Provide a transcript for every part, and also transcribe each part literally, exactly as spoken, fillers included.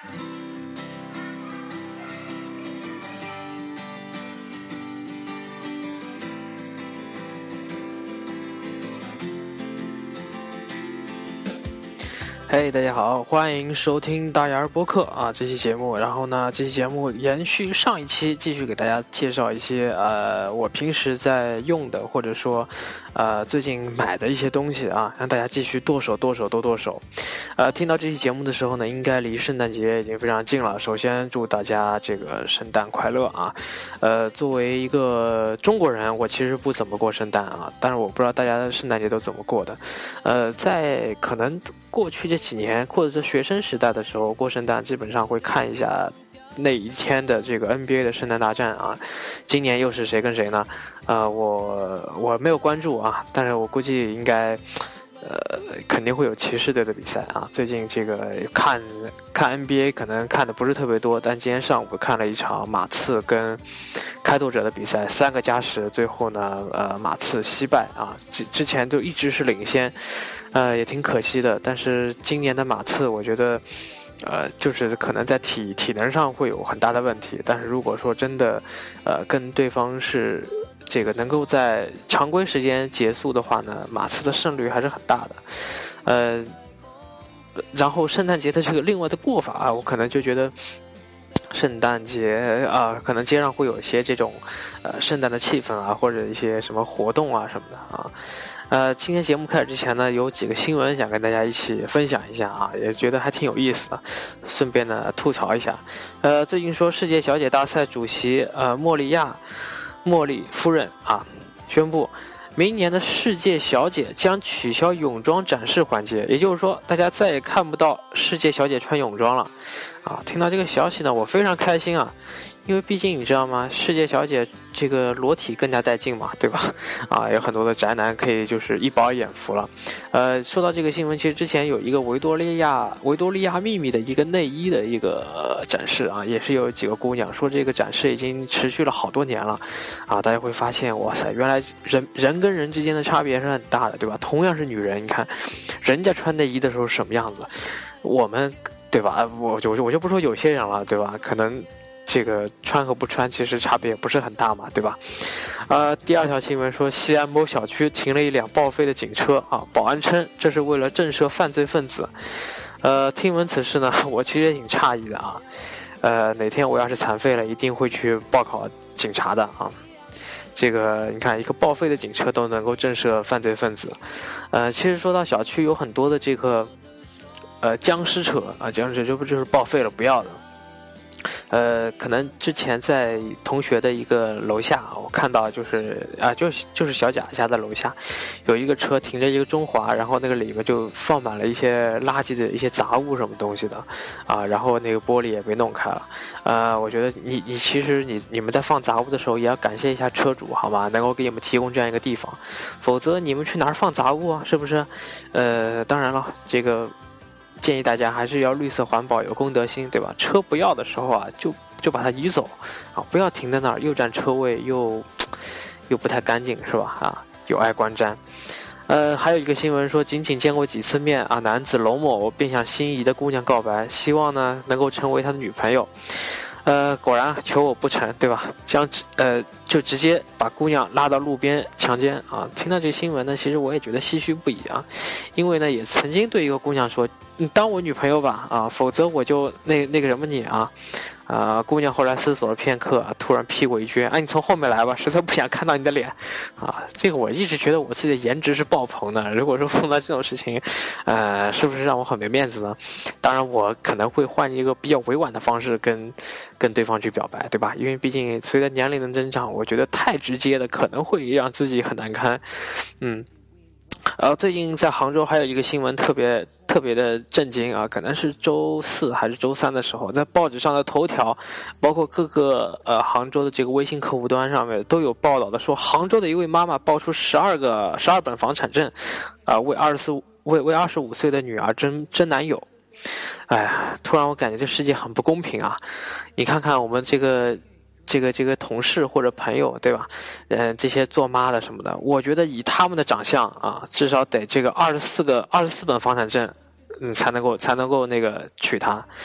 嘿、hey, 大家好，欢迎收听大牙儿播客啊这期节目。然后呢，这期节目延续上一期，继续给大家介绍一些呃我平时在用的，或者说呃最近买的一些东西啊，让大家继续剁手剁手剁剁手。呃，听到这期节目的时候呢，应该离圣诞节已经非常近了。首先祝大家这个圣诞快乐啊！呃，作为一个中国人，我其实不怎么过圣诞啊，但是我不知道大家的圣诞节都怎么过的。呃，在可能过去这几年，或者是学生时代的时候，过圣诞基本上会看一下那一天的这个 N B A 的圣诞大战啊。今年又是谁跟谁呢？呃，我我没有关注啊，但是我估计应该。呃，肯定会有骑士队的比赛啊！最近这个看看 N B A 可能看的不是特别多，但今天上午看了一场马刺跟开拓者的比赛，三个加时，最后呢，呃，马刺惜败啊！之之前就一直是领先，呃，也挺可惜的。但是今年的马刺，我觉得，呃，就是可能在体体能上会有很大的问题。但是如果说真的，呃，跟对方是。这个能够在常规时间结束的话呢，马刺的胜率还是很大的，呃，然后圣诞节的这个另外的过法啊，我可能就觉得圣诞节啊、呃，可能街上会有一些这种呃圣诞的气氛啊，或者一些什么活动啊什么的啊。呃，今天节目开始之前呢，有几个新闻想跟大家一起分享一下啊，也觉得还挺有意思的，顺便呢吐槽一下。呃，最近说世界小姐大赛主席呃莫利亚。莫莉夫人啊，宣布明年的世界小姐将取消泳装展示环节，也就是说，大家再也看不到世界小姐穿泳装了啊！听到这个消息呢，我非常开心啊，因为毕竟你知道吗？世界小姐这个裸体更加带劲嘛，对吧？啊，有很多的宅男可以就是一饱眼福了。呃，说到这个新闻，其实之前有一个维多利亚维多利亚秘密的一个内衣的一个、呃、展示啊，也是有几个姑娘说这个展示已经持续了好多年了啊，大家会发现，哇塞，原来人人跟人之间的差别是很大的，对吧？同样是女人，你看人家穿内衣的时候什么样子，我们对吧？我就我就不说有些人了，对吧？可能。这个穿和不穿其实差别也不是很大嘛，对吧？呃，第二条新闻说，西安某小区停了一辆报废的警车啊，保安称这是为了震慑犯罪分子。呃，听闻此事呢，我其实也挺诧异的啊。呃，哪天我要是残废了，一定会去报考警察的啊。这个你看，一个报废的警车都能够震慑犯罪分子。呃，其实说到小区有很多的这个呃僵尸车啊，僵尸车这不就是报废了不要的。呃，可能之前在同学的一个楼下，我看到就是啊，就是就是小贾家的楼下，有一个车停着一个中华，然后那个里面就放满了一些垃圾的一些杂物什么东西的，啊，然后那个玻璃也被弄开了，呃，我觉得你你其实你你们在放杂物的时候也要感谢一下车主好吗？能够给你们提供这样一个地方，否则你们去哪儿放杂物啊？是不是？呃，当然了，这个。建议大家还是要绿色环保，有公德心，对吧？车不要的时候啊，就就把它移走啊，不要停在那儿，又占车位，又又不太干净，是吧？啊，有碍观瞻。呃，还有一个新闻说，仅仅见过几次面啊，男子龙某便向心仪的姑娘告白，希望呢能够成为他的女朋友。呃，果然求偶不成，对吧？这样呃就直接把姑娘拉到路边强奸啊！听到这个新闻呢，其实我也觉得唏嘘不已啊，因为呢也曾经对一个姑娘说，你当我女朋友吧啊，否则我就那那个什么你啊。啊、呃，姑娘后来思索了片刻，突然屁股一撅，哎，你从后面来吧，实在不想看到你的脸，啊，这个我一直觉得我自己的颜值是爆棚的，如果说碰到这种事情，呃，是不是让我很没面子呢？当然，我可能会换一个比较委婉的方式跟跟对方去表白，对吧？因为毕竟随着年龄的增长，我觉得太直接的可能会让自己很难堪，嗯。呃，最近在杭州还有一个新闻特别特别的震惊啊，可能是周四还是周三的时候，在报纸上的头条，包括各个呃杭州的这个微信客户端上面都有报道的说，杭州的一位妈妈爆出十二个十二本房产证，啊、呃，为二十四为为二十五岁的女儿争争男友。哎呀，突然我感觉这世界很不公平啊！你看看我们这个。这个这个同事或者朋友，对吧？嗯、呃，这些做妈的什么的，我觉得以他们的长相啊，至少得这个二十四个二十四本房产证，嗯，才能够才能够那个娶她。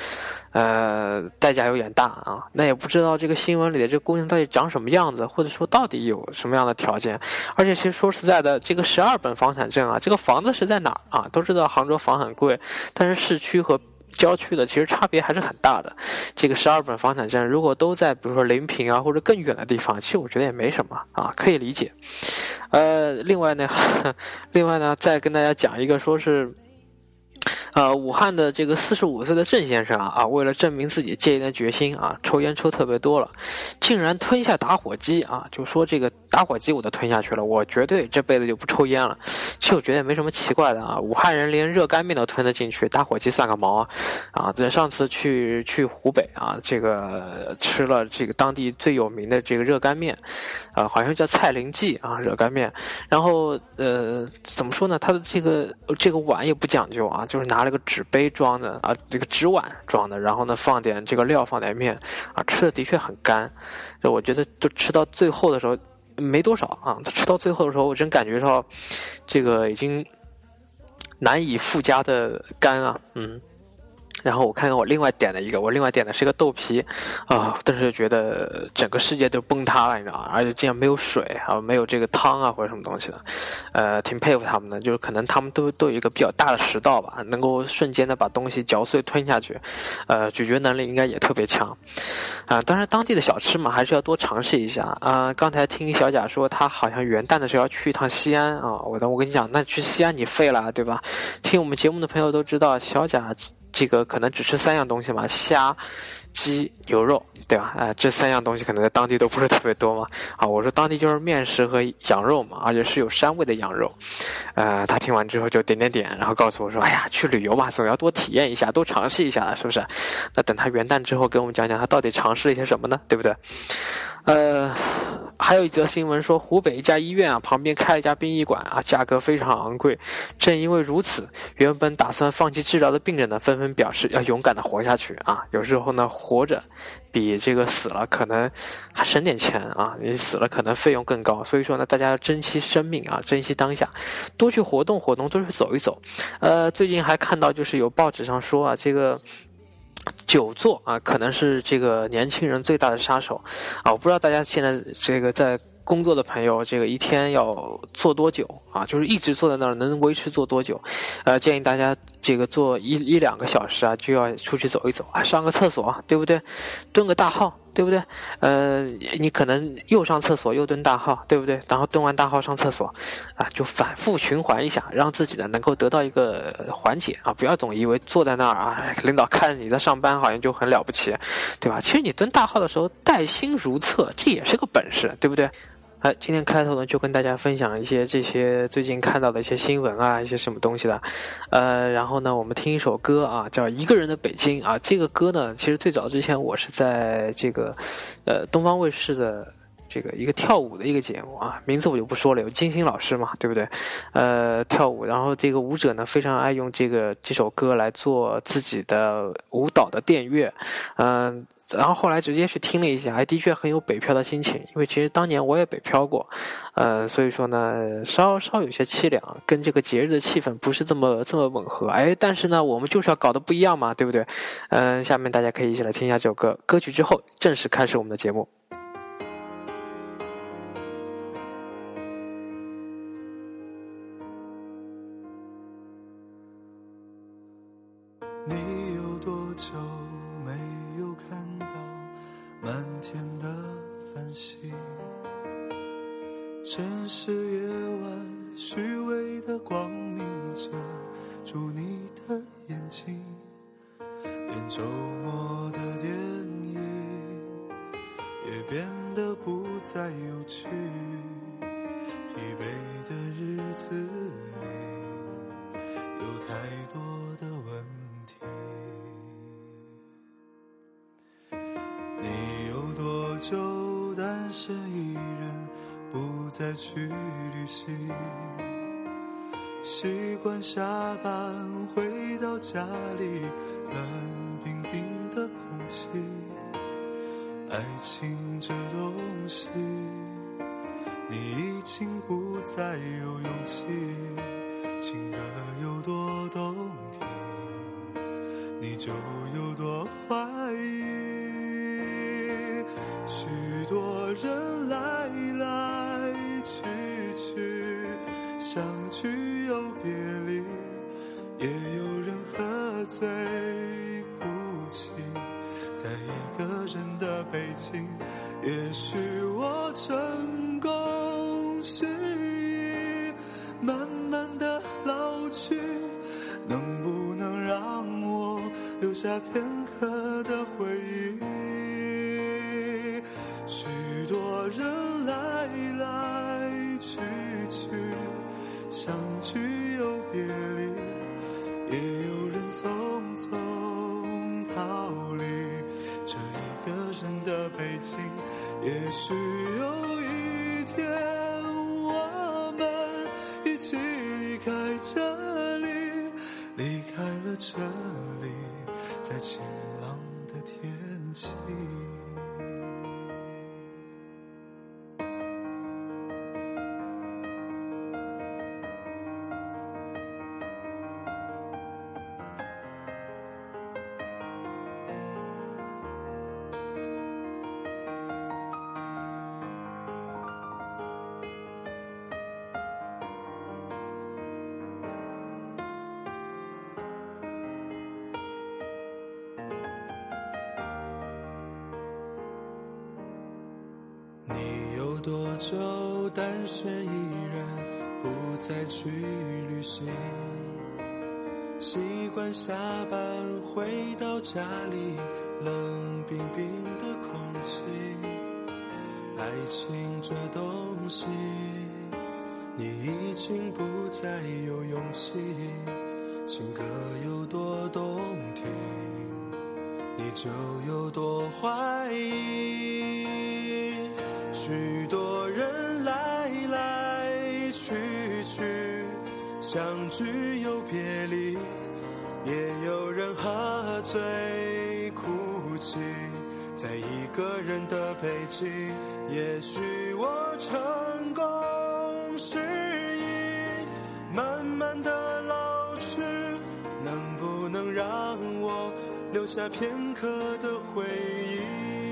呃，代价有点大啊。那也不知道这个新闻里的这个姑娘到底长什么样子，或者说到底有什么样的条件。而且其实说实在的，这个十二本房产证啊，这个房子是在哪儿啊？都知道杭州房很贵，但是市区和郊区的其实差别还是很大的。这个十二本房产证如果都在比如说临平啊或者更远的地方，其实我觉得也没什么啊，可以理解。呃，另外呢，另外呢，再跟大家讲一个，说是。呃，武汉的这个四十五岁的郑先生啊啊，为了证明自己戒烟的决心啊，抽烟抽特别多了，竟然吞下打火机啊，就说这个打火机我都吞下去了，我绝对这辈子就不抽烟了。其实我觉得也没什么奇怪的啊，武汉人连热干面都吞得进去，打火机算个毛啊！啊，这上次去去湖北啊，这个吃了这个当地最有名的这个热干面，啊，好像叫蔡林记啊，热干面。然后呃，怎么说呢？它的这个这个碗也不讲究啊，就是拿了个纸杯装的啊，这个纸碗装的，然后呢放点这个料，放点面啊，吃的的确很干。就我觉得，就吃到最后的时候。没多少啊，他吃到最后的时候，我真感觉到这个已经难以复加的干啊，嗯。然后我看看我另外点的一个，我另外点的是个豆皮，啊、呃，但是觉得整个世界都崩塌了，你知道吗？而且竟然没有水啊，没有这个汤啊或者什么东西的，呃，挺佩服他们的，就是可能他们都都有一个比较大的食道吧，能够瞬间的把东西嚼碎吞下去，呃，咀嚼能力应该也特别强，啊、呃，当然当地的小吃嘛，还是要多尝试一下啊、呃。刚才听小贾说他好像元旦的时候要去一趟西安啊，我我跟你讲，那去西安你废了，对吧？听我们节目的朋友都知道，小贾。这个可能只吃三样东西嘛，虾、鸡、牛肉，对吧？哎、呃，这三样东西可能在当地都不是特别多嘛。啊，我说当地就是面食和羊肉嘛，而且是有膻味的羊肉。呃，他听完之后就点点点，然后告诉我说：“哎呀，去旅游嘛，总要多体验一下，多尝试一下，是不是？”那等他元旦之后给我们讲讲他到底尝试了一些什么呢？对不对？呃，还有一则新闻说，湖北一家医院啊旁边开了一家殡仪馆啊，价格非常昂贵。正因为如此，原本打算放弃治疗的病人呢，纷纷表示要勇敢的活下去啊。有时候呢，活着比这个死了可能还省点钱啊，你死了可能费用更高。所以说呢，大家要珍惜生命啊，珍惜当下，多去活动活动，多去走一走。呃，最近还看到就是有报纸上说啊，这个。久坐啊，可能是这个年轻人最大的杀手啊！我不知道大家现在这个在工作的朋友，这个一天要坐多久啊？就是一直坐在那儿，能维持坐多久？呃，建议大家这个坐一一两个小时啊，就要出去走一走啊，上个厕所，对不对？蹲个大号，对不对？呃，你可能又上厕所又蹲大号，对不对？然后蹲完大号上厕所，啊，就反复循环一下，让自己呢能够得到一个缓解啊！不要总以为坐在那儿啊，领导看着你在上班，好像就很了不起，对吧？其实你蹲大号的时候带薪如厕，这也是个本事，对不对？哎，今天开头呢就跟大家分享一些这些最近看到的一些新闻啊，一些什么东西的，呃，然后呢我们听一首歌啊，叫《一个人的北京》啊。这个歌呢，其实最早之前我是在这个，呃，东方卫视的这个一个跳舞的一个节目啊，名字我就不说了，有金星老师嘛，对不对？呃，跳舞，然后这个舞者呢非常爱用这个这首歌来做自己的舞蹈的电乐，嗯、呃。然后后来直接去听了一下，还的确很有北漂的心情，因为其实当年我也北漂过，呃，所以说呢，稍稍有些凄凉，跟这个节日的气氛不是这么这么吻合，哎，但是呢，我们就是要搞得不一样嘛，对不对？嗯、呃，下面大家可以一起来听一下这首歌，歌曲之后正式开始我们的节目。 你有多久没有看到满天的繁星？城市夜晚虚伪的光明遮住你的眼睛，连周末的电影也变得不再有趣，疲惫的日子里有太多的问题。你有多久单身一人不再去旅行？习惯下班回到家里，冷冰冰的空气。爱情这东西，你已经不再有勇气。情歌有多动听，你就有多怀疑。许多人来来去去，相聚又别离，也有人喝醉哭泣，在一个人的北京。也许我成功失意，慢慢的老去，能不能让我留下片刻的回忆。许多人来来去去，相聚又别离，也有人匆匆逃离这一个人的北京。也许有一天我们一起离开这里，离开了这里，在晴朗的天气。你有多久单身一人，不再去旅行，习惯下班回到家里，冷冰冰的空气。爱情这东西，你已经不再有勇气。情歌有多动听，你就有多怀疑。许多人来来去去，相聚又别离，也有人喝醉哭泣，在一个人的北京。也许我成功失意，慢慢的老去，能不能让我留下片刻的回忆。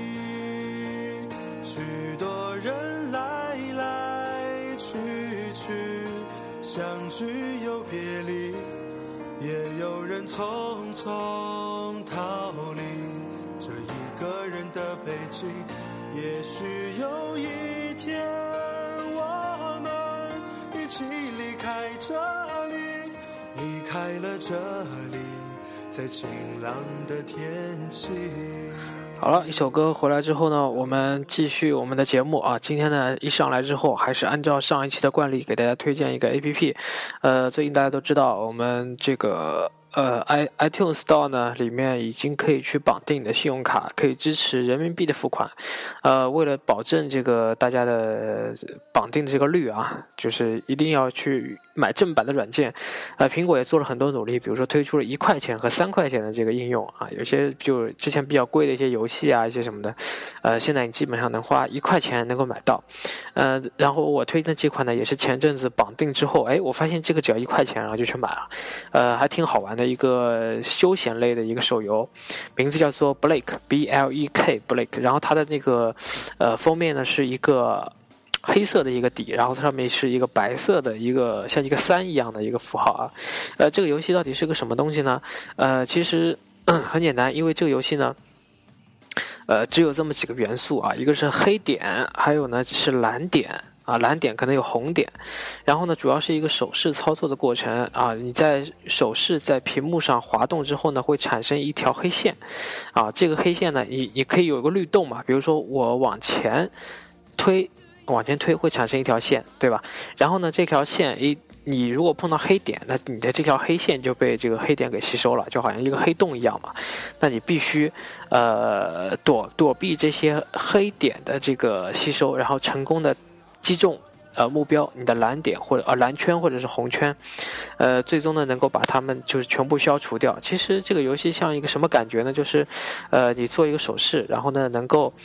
许多人来来去去，相聚又别离，也有人匆匆逃离这一个人的北京。也许有一天我们一起离开这里，离开了这里，在晴朗的天气。 好了，一首歌回来之后呢，我们继续我们的节目啊。今天呢，一上来之后，还是按照上一期的惯例，给大家推荐一个 A P P。呃，最近大家都知道，我们这个呃 i iTunes Store 呢，里面已经可以去绑定你的信用卡，可以支持人民币的付款。呃，为了保证这个大家的绑定的这个率啊，就是一定要去买正版的软件。呃，苹果也做了很多努力，比如说推出了一块钱和三块钱的这个应用啊，有些就之前比较贵的一些游戏啊，一些什么的，呃，现在你基本上能花一块钱能够买到。呃，然后我推荐的这款呢，也是前阵子绑定之后，哎，我发现这个只要一块钱，然后就去买了，呃，还挺好玩的一个休闲类的一个手游，名字叫做 Blake B L E K Blake， 然后它的那个呃封面呢是一个黑色的一个底，然后它上面是一个白色的一个像一个三一样的一个符号啊。呃，这个游戏到底是个什么东西呢？呃，其实、嗯、很简单，因为这个游戏呢，呃，只有这么几个元素啊，一个是黑点，还有呢是蓝点。啊，蓝点可能有红点，然后呢，主要是一个手势操作的过程啊。你在手势在屏幕上滑动之后呢，会产生一条黑线，啊，这个黑线呢，你你可以有一个律动嘛，比如说我往前推，往前推会产生一条线，对吧？然后呢，这条线一你如果碰到黑点，那你的这条黑线就被这个黑点给吸收了，就好像一个黑洞一样嘛。那你必须呃躲躲避这些黑点的这个吸收，然后成功的击中呃目标，你的蓝点或者呃蓝圈或者是红圈，呃最终呢能够把它们就是全部消除掉。其实这个游戏像一个什么感觉呢？就是呃你做一个手势，然后呢能够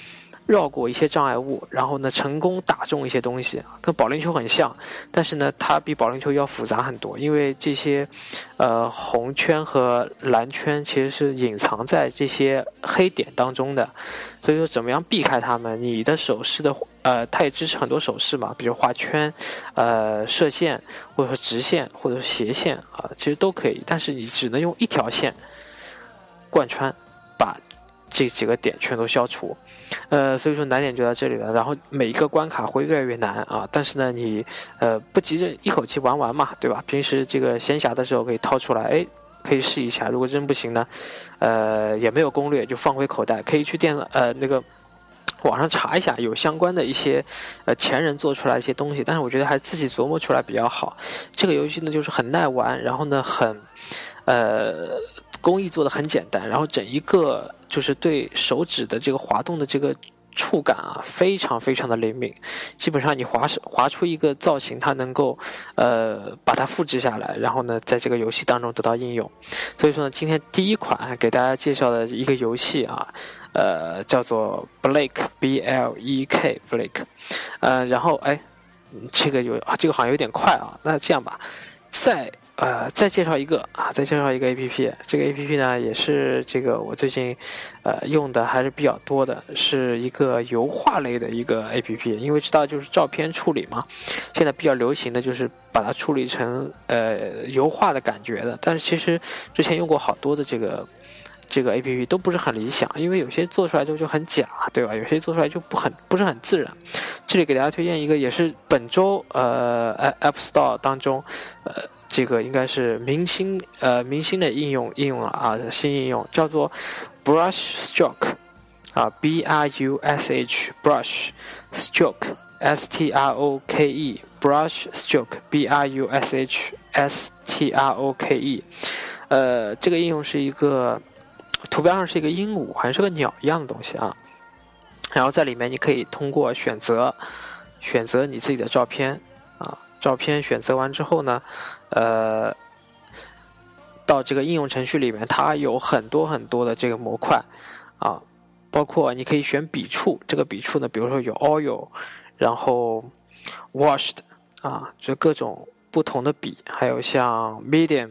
绕过一些障碍物，然后呢成功打中一些东西，跟保龄球很像，但是呢它比保龄球要复杂很多，因为这些呃红圈和蓝圈其实是隐藏在这些黑点当中的，所以说怎么样避开它们，你的手势的呃它也支持很多手势嘛，比如画圈、呃射线，或者说直线，或者说斜线啊，其实都可以，但是你只能用一条线贯穿把这几个点全都消除。呃，所以说难点就在这里了。然后每一个关卡会越来越难啊，但是呢，你呃不急着一口气玩完嘛，对吧？平时这个闲暇的时候可以掏出来，哎，可以试一下。如果真不行呢，呃，也没有攻略，就放回口袋，可以去电呃那个网上查一下，有相关的一些呃前人做出来的一些东西。但是我觉得还是自己琢磨出来比较好。这个游戏呢，就是很耐玩，然后呢很呃工艺做的很简单，然后整一个就是对手指的这个滑动的这个触感啊，非常非常的灵敏。基本上你滑滑出一个造型，它能够呃把它复制下来，然后呢在这个游戏当中得到应用。所以说呢，今天第一款给大家介绍的一个游戏啊，呃叫做 Blake B L E K Blake， 呃然后哎这个有啊这个好像有点快啊，那这样吧，再呃，再介绍一个啊，再介绍一个 A P P。这个 A P P 呢，也是这个我最近呃用的还是比较多的，是一个油画类的一个 A P P。因为知道就是照片处理嘛，现在比较流行的就是把它处理成呃油画的感觉的。但是其实之前用过好多的这个这个 A P P 都不是很理想，因为有些做出来之后就很假，对吧？有些做出来就不很不是很自然。这里给大家推荐一个，也是本周呃 App Store 当中呃。这个应该是明星呃明星的应用应用了啊，新应用叫做 Brush Stroke 啊 B R U S H Brush Stroke S T R O K E Brush Stroke B R U S H S T R O K E 呃这个应用是一个图标上是一个鹦鹉，好像是个鸟一样的东西啊。然后在里面你可以通过选择选择你自己的照片啊。照片选择完之后呢，呃，到这个应用程序里面，它有很多很多的这个模块啊，包括你可以选笔触，这个笔触呢，比如说有 oil， 然后 washed 啊，就各种不同的笔，还有像 medium，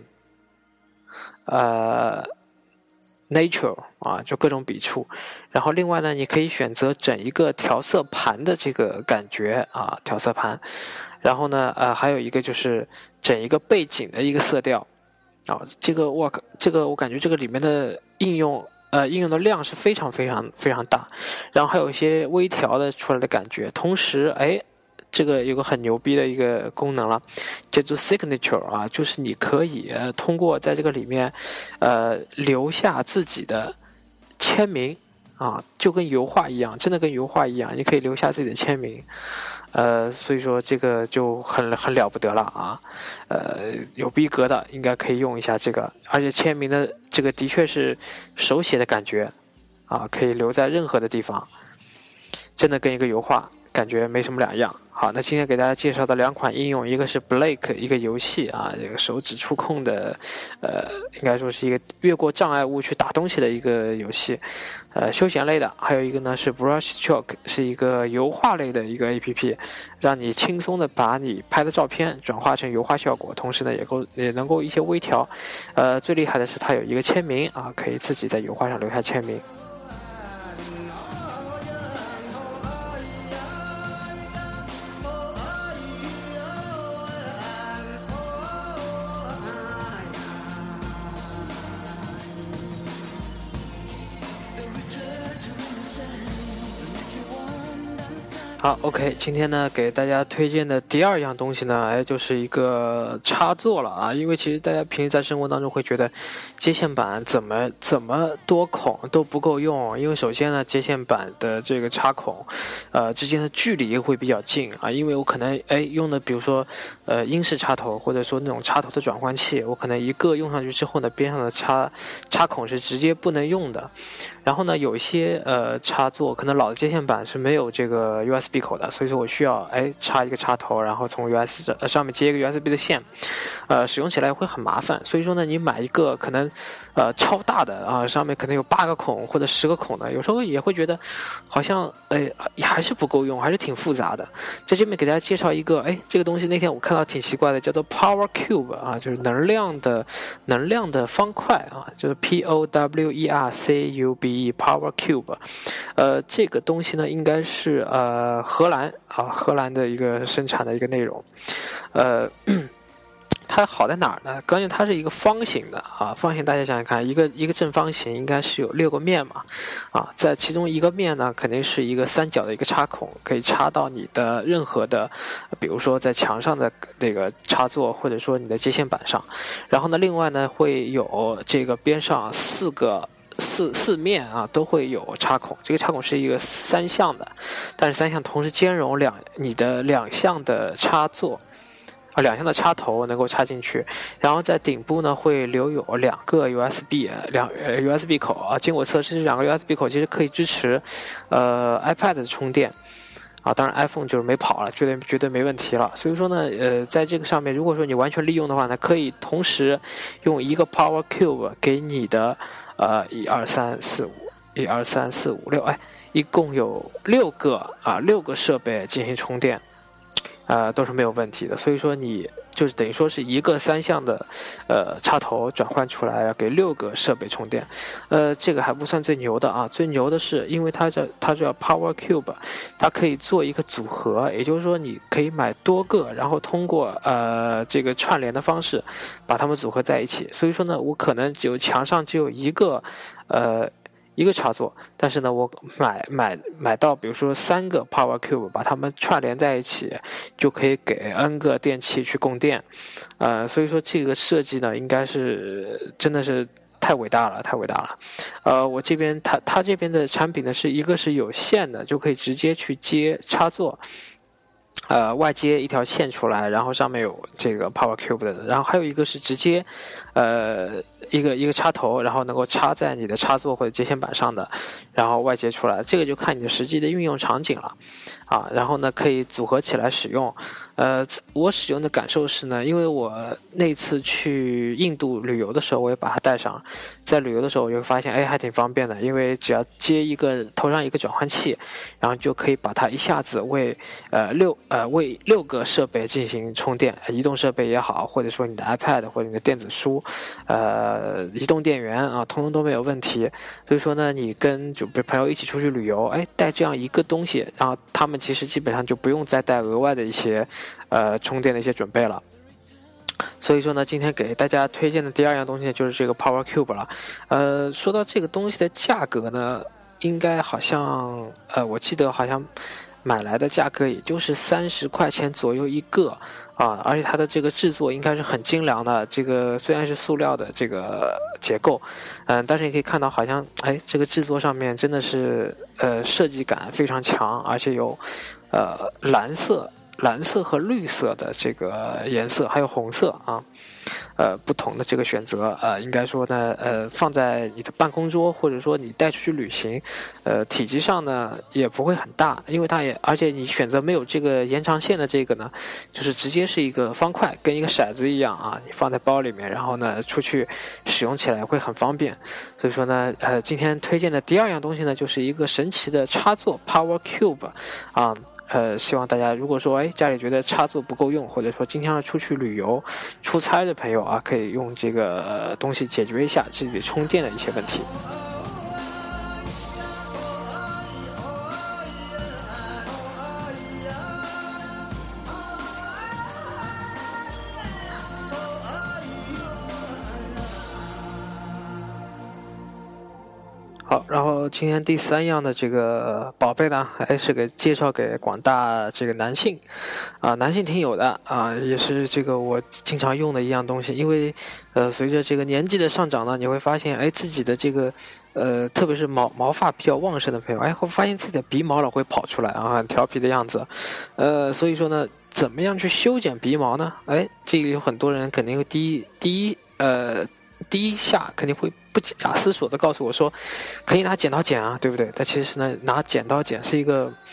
呃 nature 啊，就各种笔触。然后另外呢，你可以选择整一个调色盘的这个感觉啊，调色盘。然后呢，呃，还有一个就是整一个背景的一个色调，啊，这个我这个我感觉这个里面的应用，呃，应用的量是非常非常非常大，然后还有一些微调的出来的感觉。同时，哎，这个有个很牛逼的一个功能了，叫做 signature 啊，就是你可以呃通过在这个里面，呃，留下自己的签名啊，就跟油画一样，真的跟油画一样，你可以留下自己的签名。呃，所以说这个就很很了不得了啊，呃，有逼格的应该可以用一下这个，而且签名的这个的确是手写的感觉，啊，可以留在任何的地方，真的跟一个油画感觉没什么两样。好，那今天给大家介绍的两款应用，一个是 Blake 一个游戏啊，这个手指触控的，呃，应该说是一个越过障碍物去打东西的一个游戏，呃，休闲类的；还有一个呢是 Brush Stroke， 是一个油画类的一个 A P P， 让你轻松的把你拍的照片转化成油画效果，同时呢也够也能够一些微调。呃，最厉害的是它有一个签名啊，可以自己在油画上留下签名。好 ，OK， 今天呢给大家推荐的第二样东西呢，哎，就是一个插座了啊。因为其实大家平时在生活当中会觉得接线板怎么怎么多孔都不够用，因为首先呢，接线板的这个插孔，呃之间的距离会比较近啊。因为我可能哎用的，比如说呃英式插头，或者说那种插头的转换器，我可能一个用上去之后呢，边上的插插孔是直接不能用的。然后呢，有一些呃插座，可能老的接线板是没有这个 U S B B 口的，所以说我需要哎插一个插头，然后从 U S B 上面接一个 U S B 的线，呃，使用起来会很麻烦。所以说呢，你买一个可能呃超大的啊，上面可能有八个孔或者十个孔的，有时候也会觉得好像哎还是不够用，还是挺复杂的。在这边给大家介绍一个，哎，这个东西那天我看到挺奇怪的，叫做 Power Cube 啊，就是能量的能量的方块啊，就是 P O W E R C U B E Power Cube。呃，这个东西呢，应该是呃荷兰啊荷兰的一个生产的一个内容，呃。它好在哪儿呢？关键它是一个方形的啊，方形大家想想看，一个一个正方形应该是有六个面嘛，啊，在其中一个面呢肯定是一个三角的一个插孔，可以插到你的任何的，比如说在墙上的那个插座，或者说你的接线板上。然后呢，另外呢会有这个边上四个。四四面啊都会有插孔，这个插孔是一个三项的，但是三项同时兼容两你的两项的插座。啊，两项的插头能够插进去，然后在顶部呢会留有两个 U S B 两呃 U S B 口啊。经过测试，这两个 U S B 口其实可以支持呃 iPad 的充电啊，当然 iPhone 就是没跑了，绝对绝对没问题了。所以说呢，呃，在这个上面，如果说你完全利用的话呢，可以同时用一个 Power Cube 给你的呃一二三四五一二三四五六，哎，一共有六个啊六个设备进行充电。呃，都是没有问题的，所以说你就是等于说是一个三项的，呃，插头转换出来给六个设备充电，呃，这个还不算最牛的啊，最牛的是因为它这它叫 Power Cube， 它可以做一个组合，也就是说你可以买多个，然后通过呃这个串联的方式把它们组合在一起，所以说呢，我可能只有墙上只有一个，呃。一个插座，但是呢，我买买买到，比如说三个 Power Cube， 把它们串联在一起，就可以给 N 个电器去供电，呃，所以说这个设计呢，应该是真的是太伟大了，太伟大了。呃，我这边它它这边的产品呢，是一个是有线的，就可以直接去接插座。呃，外接一条线出来，然后上面有这个 Power Cube 的，然后还有一个是直接，呃，一个一个插头，然后能够插在你的插座或者接线板上的，然后外接出来，这个就看你的实际的运用场景了，啊，然后呢可以组合起来使用。呃，我使用的感受是呢，因为我那次去印度旅游的时候，我也把它带上，在旅游的时候我就发现，哎，还挺方便的，因为只要接一个头上一个转换器，然后就可以把它一下子为呃六呃为六个设备进行充电，移动设备也好，或者说你的 iPad 或者你的电子书，呃，移动电源啊，通通都没有问题。所以说呢，你跟就朋友一起出去旅游，哎，带这样一个东西，然后他们其实基本上就不用再带额外的一些。呃，充电的一些准备了，所以说呢，今天给大家推荐的第二样东西就是这个 Power Cube 了。呃，说到这个东西的价格呢，应该好像呃，我记得好像买来的价格也就是三十块钱左右一个啊，而且它的这个制作应该是很精良的。这个虽然是塑料的这个结构，嗯、呃，但是你可以看到好像哎，这个制作上面真的是呃设计感非常强，而且有呃蓝色。蓝色和绿色的这个颜色，还有红色啊，呃，不同的这个选择，呃，应该说呢，呃，放在你的办公桌，或者说你带出去旅行，呃，体积上呢也不会很大，因为它也，而且你选择没有这个延长线的这个呢，就是直接是一个方块，跟一个骰子一样啊，你放在包里面，然后呢出去使用起来会很方便。所以说呢，呃，今天推荐的第二样东西呢，就是一个神奇的插座 Power Cube 啊。呃，希望大家如果说哎家里觉得插座不够用，或者说经常要出去旅游、出差的朋友啊，可以用这个、呃、东西解决一下自己充电的一些问题。好，然后今天第三样的这个宝贝呢，还是给介绍给广大这个男性，啊，男性听友的啊，也是这个我经常用的一样东西。因为，呃，随着这个年纪的上涨呢，你会发现，哎，自己的这个，呃，特别是毛毛发比较旺盛的朋友，哎，会发现自己的鼻毛老会跑出来啊，很调皮的样子，呃，所以说呢，怎么样去修剪鼻毛呢？哎，这里有很多人肯定会第一第一呃。第一下肯定会不假思索的告诉我说，可以拿剪刀剪啊，对不对？但其实呢，拿剪刀剪是一个，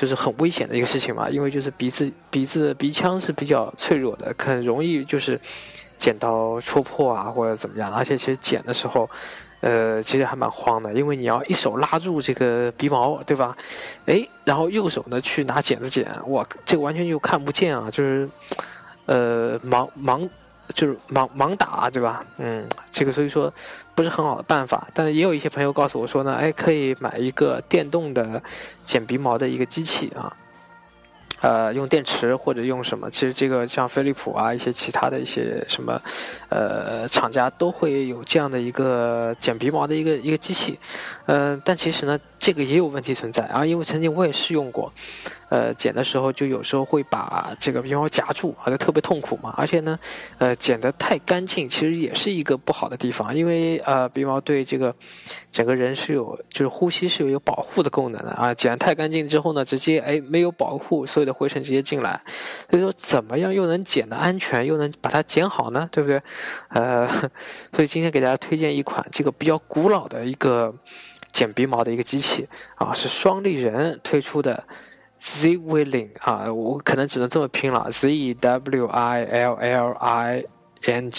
就是很危险的一个事情嘛，因为就是鼻子鼻子鼻腔是比较脆弱的，很容易就是剪刀戳破啊或者怎么样，而且其实剪的时候呃其实还蛮慌的，因为你要一手拉住这个鼻毛，对吧？诶，然后右手呢去拿剪子剪，哇，这个完全就看不见啊，就是呃盲盲就是盲盲打，对吧？嗯，这个所以说不是很好的办法。但是也有一些朋友告诉我说呢，哎，可以买一个电动的剪鼻毛的一个机器啊，呃，用电池或者用什么？其实这个像飞利浦啊，一些其他的一些什么，呃，厂家都会有这样的一个剪鼻毛的一个一个机器，嗯、呃，但其实呢，这个也有问题存在啊，因为曾经我也试用过。呃，剪的时候就有时候会把这个鼻毛夹住啊，就特别痛苦嘛。而且呢，呃，剪得太干净，其实也是一个不好的地方，因为呃，鼻毛对这个整个人是有，就是呼吸是有一个保护的功能的啊。剪得太干净之后呢，直接哎没有保护，所有的灰尘直接进来。所以说，怎么样又能剪得安全，又能把它剪好呢？对不对？呃，所以今天给大家推荐一款这个比较古老的一个剪鼻毛的一个机器啊，是双立人推出的。Zwilling 啊，我可能只能这么拼了 ，Z W I L L I N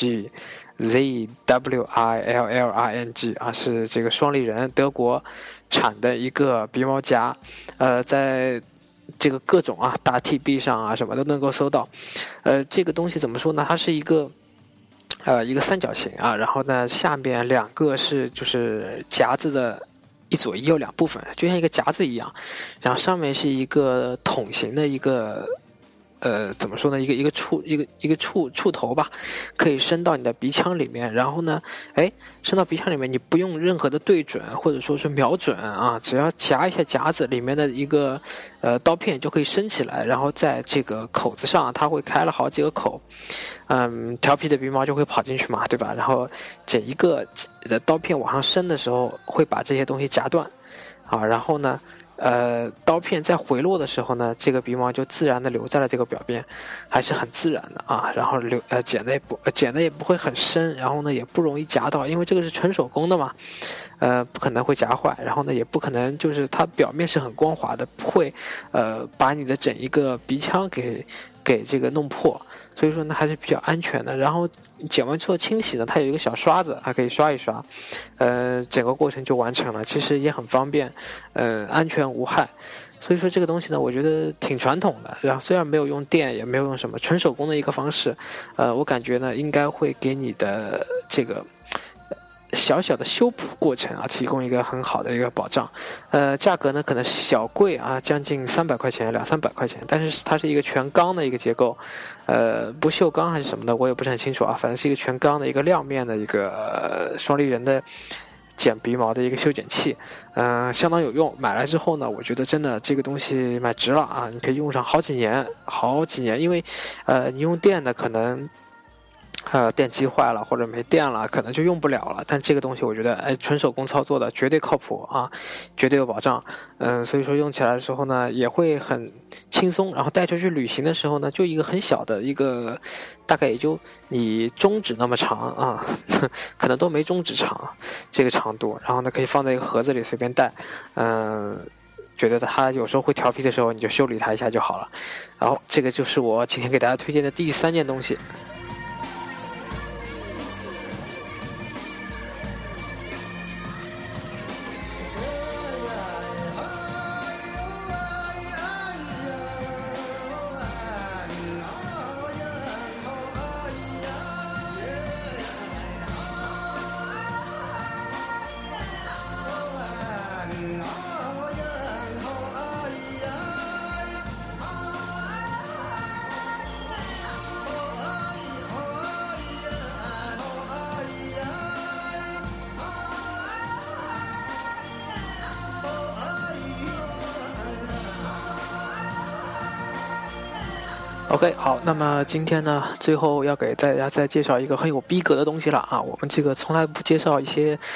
G，Z W I L L I N G 啊，是这个双立人德国产的一个鼻毛夹，呃，在这个各种啊大 T B 上啊什么都能够搜到，呃，这个东西怎么说呢？它是一个。呃，一个三角形啊，然后呢，下面两个是就是夹子的。一左一右两部分，就像一个夹子一样，然后上面是一个筒形的一个，呃，怎么说呢？一个一个触一个一个触触头吧，可以伸到你的鼻腔里面。然后呢，哎，伸到鼻腔里面，你不用任何的对准或者说是瞄准啊，只要夹一下夹子里面的一个呃刀片就可以伸起来，然后在这个口子上，它会开了好几个口。嗯，调皮的鼻毛就会跑进去嘛，对吧？然后剪一个的刀片往上伸的时候，会把这些东西夹断，啊，然后呢，呃，刀片在回落的时候呢，这个鼻毛就自然的留在了这个表边，还是很自然的啊。然后留呃剪的也不剪的也不会很深，然后呢也不容易夹到，因为这个是纯手工的嘛，呃，不可能会夹坏。然后呢也不可能就是它表面是很光滑的，不会呃把你的整一个鼻腔给给这个弄破。所以说呢还是比较安全的。然后剪完之后清洗呢，它有一个小刷子，还可以刷一刷，呃，整个过程就完成了。其实也很方便，呃，安全无害。所以说这个东西呢，我觉得挺传统的。然后虽然没有用电，也没有用什么纯手工的一个方式，呃，我感觉呢应该会给你的这个。小小的修补过程啊，提供一个很好的一个保障，呃，价格呢可能小贵啊，将近三百块钱，两三百块钱，但是它是一个全钢的一个结构，呃，不锈钢还是什么的，我也不是很清楚啊，反正是一个全钢的一个亮面的一个、呃、双立人的剪鼻毛的一个修剪器，嗯、呃，相当有用。买来之后呢，我觉得真的这个东西买值了啊，你可以用上好几年，好几年，因为呃，你用电的可能。呃，电机坏了或者没电了，可能就用不了了。但这个东西我觉得，哎，纯手工操作的绝对靠谱啊，绝对有保障。嗯，所以说用起来的时候呢，也会很轻松。然后带出去旅行的时候呢，就一个很小的一个，大概也就你中指那么长啊，可能都没中指长这个长度。然后呢，可以放在一个盒子里随便带。嗯。觉得它有时候会调皮的时候，你就修理它一下就好了。然后这个就是我今天给大家推荐的第三件东西。OK， 好，那么今天呢，最后要给大家再介绍一个很有逼格的东西了啊！我们这个从来不介绍一些大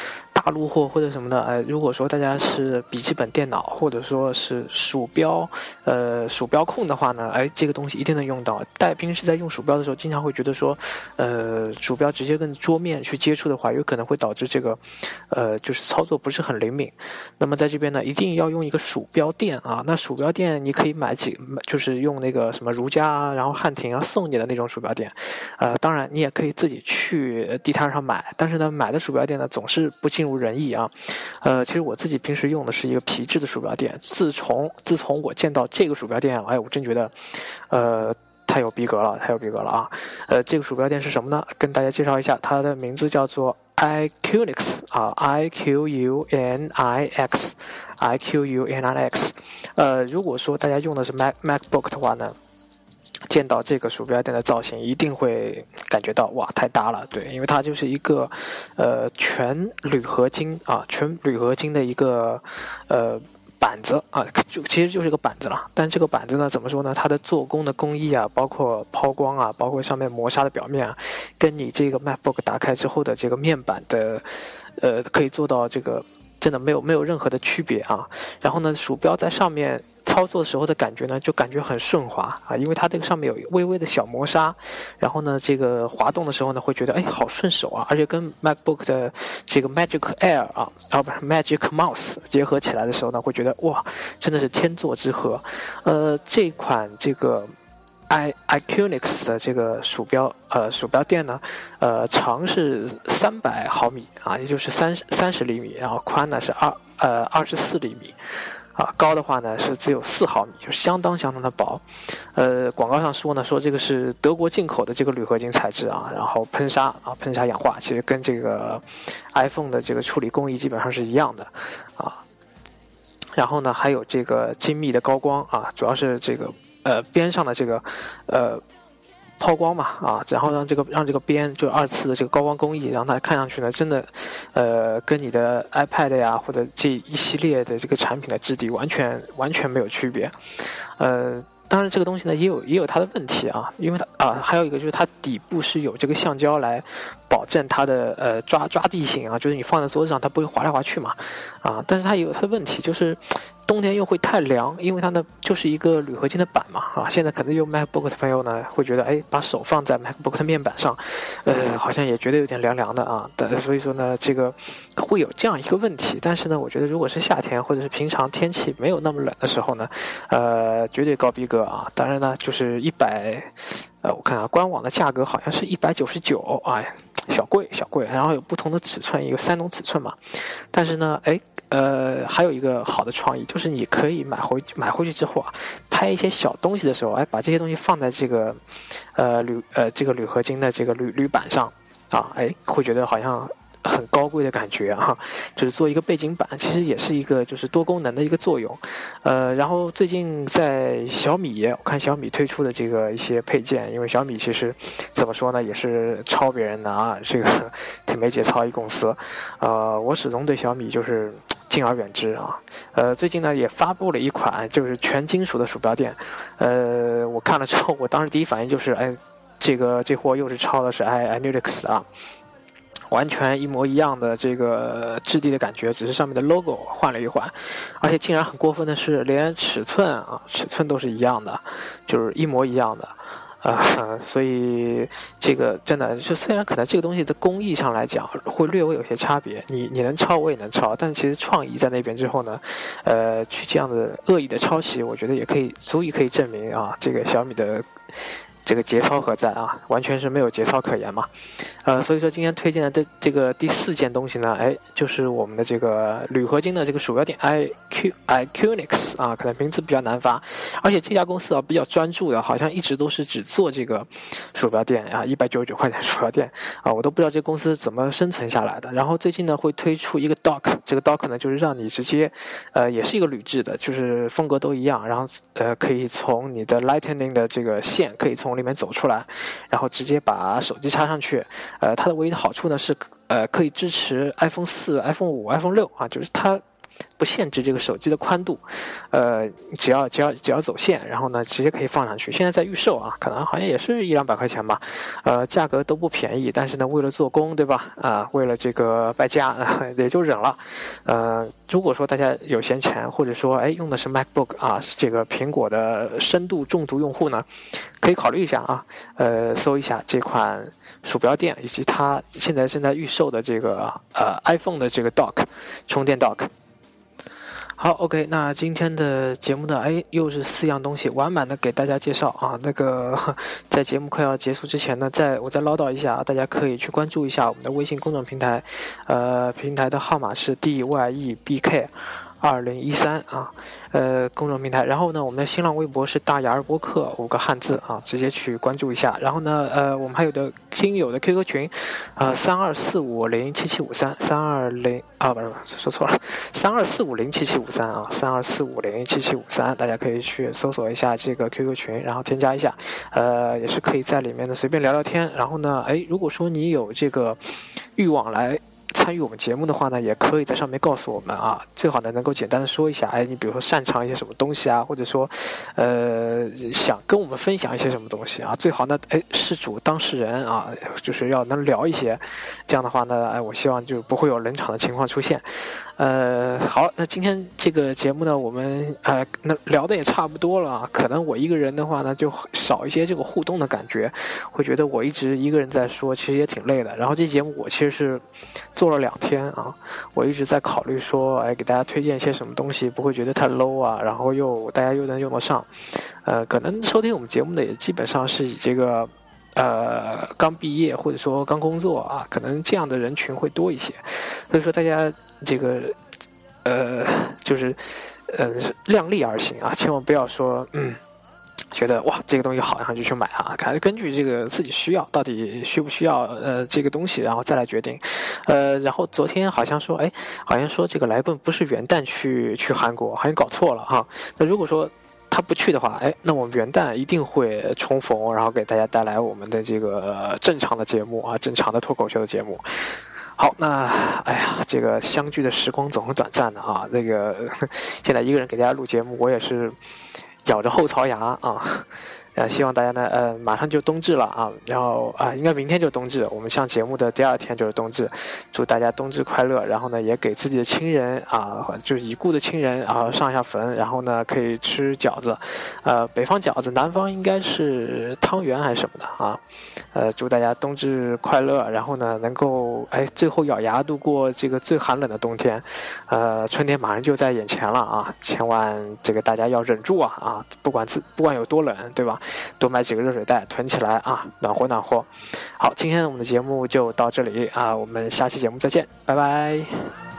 陆货或者什么的，呃，如果说大家是笔记本电脑或者说是鼠标，呃，鼠标控的话呢，哎，这个东西一定能用到。大家平时在用鼠标的时候，经常会觉得说，呃，鼠标直接跟桌面去接触的话，有可能会导致这个，呃，就是操作不是很灵敏。那么在这边呢，一定要用一个鼠标垫啊。那鼠标垫你可以买几，就是用那个什么如家啊，然后汉庭啊送你的那种鼠标垫。呃，当然你也可以自己去地摊上买，但是呢，买的鼠标垫呢总是不尽如人意啊。呃，其实我自己平时用的是一个皮质的鼠标垫，自从自从我见到这个鼠标垫，哎，我真觉得，呃。太有逼格了，太有逼格了啊！呃，这个鼠标垫是什么呢？跟大家介绍一下，它的名字叫做 iQnix 啊 ，I Q U N I X，I Q U N I X。呃，如果说大家用的是 Mac MacBook 的话呢，见到这个鼠标垫的造型，一定会感觉到哇，太搭了，对，因为它就是一个呃全铝合金啊，全铝合金的一个呃。板子啊，就其实就是个板子了。但这个板子呢，怎么说呢？它的做工的工艺啊，包括抛光啊，包括上面磨砂的表面啊，跟你这个 MacBook 打开之后的这个面板的，呃，可以做到这个真的没有没有任何的区别啊。然后呢，鼠标在上面操作的时候的感觉呢，就感觉很顺滑啊，因为它这个上面有微微的小磨砂，然后呢，这个滑动的时候呢，会觉得哎好顺手啊，而且跟 MacBook 的这个 Magic Air 啊，啊不是 Magic Mouse 结合起来的时候呢，会觉得哇，真的是天作之合。呃，这款这个 i iQnix 的这个鼠标呃鼠标垫呢，呃长是三百毫米啊，也就是三三十厘米，然后宽呢是二呃二十四厘米。啊，高的话呢是只有四毫米，就相当相当的薄。呃，广告上说呢，说这个是德国进口的这个铝合金材质啊，然后喷砂啊，喷砂氧化，其实跟这个 iPhone 的这个处理工艺基本上是一样的啊。然后呢，还有这个精密的高光啊，主要是这个呃边上的这个呃。抛光嘛啊，然后让这个让这个边就二次的这个高光工艺，让它看上去呢，真的，呃，跟你的 iPad 呀或者这一系列的这个产品的质地完全完全没有区别，呃。当然，这个东西呢也有也有它的问题啊，因为它啊还有一个就是它底部是有这个橡胶来保证它的呃抓抓地性啊，就是你放在桌子上它不会滑来滑去嘛，啊，但是它也有它的问题，就是冬天又会太凉，因为它呢就是一个铝合金的板嘛，啊，现在可能用 MacBook 的朋友呢会觉得，哎，把手放在 MacBook 的面板上，呃，好像也觉得有点凉凉的啊，但所以说呢，这个会有这样一个问题，但是呢，我觉得如果是夏天或者是平常天气没有那么冷的时候呢，呃，绝对高逼格啊！当然呢，就是一百，呃，我看看官网的价格好像是一百九十九，哎，小贵小贵。然后有不同的尺寸，一个三种尺寸嘛。但是呢，哎，呃，还有一个好的创意，就是你可以买回买回去之后啊，拍一些小东西的时候，哎，把这些东西放在这个，呃铝呃这个铝合金的这个铝铝板上啊，哎，会觉得好像。很高贵的感觉啊，就是做一个背景板，其实也是一个就是多功能的一个作用，呃，然后最近在小米，我看小米推出的这个一些配件，因为小米其实怎么说呢，也是抄别人的啊，这个挺没节操一公司，呃，我始终对小米就是敬而远之啊，呃，最近呢也发布了一款就是全金属的鼠标垫，呃，我看了之后，我当时第一反应就是，哎，这个这货又是抄的是 i iQnix 啊。完全一模一样的这个质地的感觉，只是上面的 logo 换了一换，而且竟然很过分的是，连尺寸啊，尺寸都是一样的，就是一模一样的，呃，所以这个真的就虽然可能这个东西的工艺上来讲会略微有些差别，你你能抄我也能抄，但其实创意在那边之后呢，呃，去这样的恶意的抄袭，我觉得也可以足以可以证明啊，这个小米的。这个节操何在啊？完全是没有节操可言嘛，呃，所以说今天推荐的这这个第四件东西呢，哎，就是我们的这个铝合金的这个鼠标垫 iQ iQnix 啊，可能名字比较难发，而且这家公司啊比较专注的，好像一直都是只做这个鼠标垫啊，一百九十九块钱鼠标垫啊，我都不知道这公司怎么生存下来的。然后最近呢会推出一个 dock， 这个 dock 呢就是让你直接，呃，也是一个铝制的，就是风格都一样，然后呃可以从你的 Lightning 的这个线可以从里面走出来，然后直接把手机插上去。呃，它的唯一的好处呢是，呃，可以支持 iPhone 四、iPhone 五、iPhone 六啊，就是它不限制这个手机的宽度，呃，只要只要只要走线，然后呢直接可以放上去。现在在预售啊，可能好像也是一两百块钱吧，呃，价格都不便宜，但是呢，为了做工，对吧？啊、呃，为了这个败家，呃，也就忍了。呃，如果说大家有闲钱，或者说哎用的是 MacBook 啊，这个苹果的深度重度用户呢，可以考虑一下啊，呃，搜一下这款鼠标垫以及它现在正在预售的这个呃 iPhone 的这个 dock 充电 dock。好 ，OK， 那今天的节目呢，哎，又是四样东西，完满的给大家介绍啊。那个在节目快要结束之前呢，再我再唠叨一下，大家可以去关注一下我们的微信公众平台，呃，平台的号码是 D Y E B K。二零一三啊，呃，公众平台。然后呢，我们的新浪微博是大雅儿播客五个汉字啊，直接去关注一下。然后呢，呃，我们还有的听友的 Q Q 群，啊、呃，三二四五零七七五三三二零啊，不是不是说错了，三二四五零七七五三啊，三二四五零七七五三，大家可以去搜索一下这个 Q Q 群，然后添加一下，呃，也是可以在里面呢随便聊聊天。然后呢，哎，如果说你有这个欲望来参与我们节目的话呢，也可以在上面告诉我们啊，最好呢能够简单的说一下，哎，你比如说擅长一些什么东西啊，或者说，呃，想跟我们分享一些什么东西啊，最好呢，哎，事主当事人啊，就是要能聊一些，这样的话呢，哎，我希望就不会有冷场的情况出现。呃，好，那今天这个节目呢，我们呃那聊的也差不多了啊，可能我一个人的话呢，就少一些这个互动的感觉，会觉得我一直一个人在说，其实也挺累的。然后这节目我其实是做了两天啊，我一直在考虑说，哎，给大家推荐一些什么东西，不会觉得太 low 啊，然后又大家又能用得上。呃，可能收听我们节目的也基本上是以这个呃刚毕业或者说刚工作啊，可能这样的人群会多一些，所以说大家这个呃就是呃量力而行啊，千万不要说嗯。觉得哇，这个东西好，然后就去买啊，还是根据这个自己需要，到底需不需要呃这个东西，然后再来决定。呃，然后昨天好像说，哎，好像说这个莱顿不是元旦去去韩国，好像搞错了哈。那如果说他不去的话，哎，那我们元旦一定会重逢，然后给大家带来我们的这个正常的节目啊，正常的脱口秀的节目。好，那哎呀，这个相聚的时光总是短暂的啊。那个现在一个人给大家录节目，我也是咬着后槽牙啊，呃，希望大家呢，呃，马上就冬至了啊，然后啊、呃，应该明天就冬至，我们上节目的第二天就是冬至，祝大家冬至快乐，然后呢，也给自己的亲人啊，就是已故的亲人啊上一下坟，然后呢，可以吃饺子，呃，北方饺子，南方应该是汤圆还是什么的啊，呃，祝大家冬至快乐，然后呢，能够哎最后咬牙度过这个最寒冷的冬天，呃，春天马上就在眼前了啊，千万这个大家要忍住啊啊，不管自不管有多冷，对吧？多买几个热水袋囤起来啊，暖和暖和。好，今天我们的节目就到这里啊，我们下期节目再见，拜拜。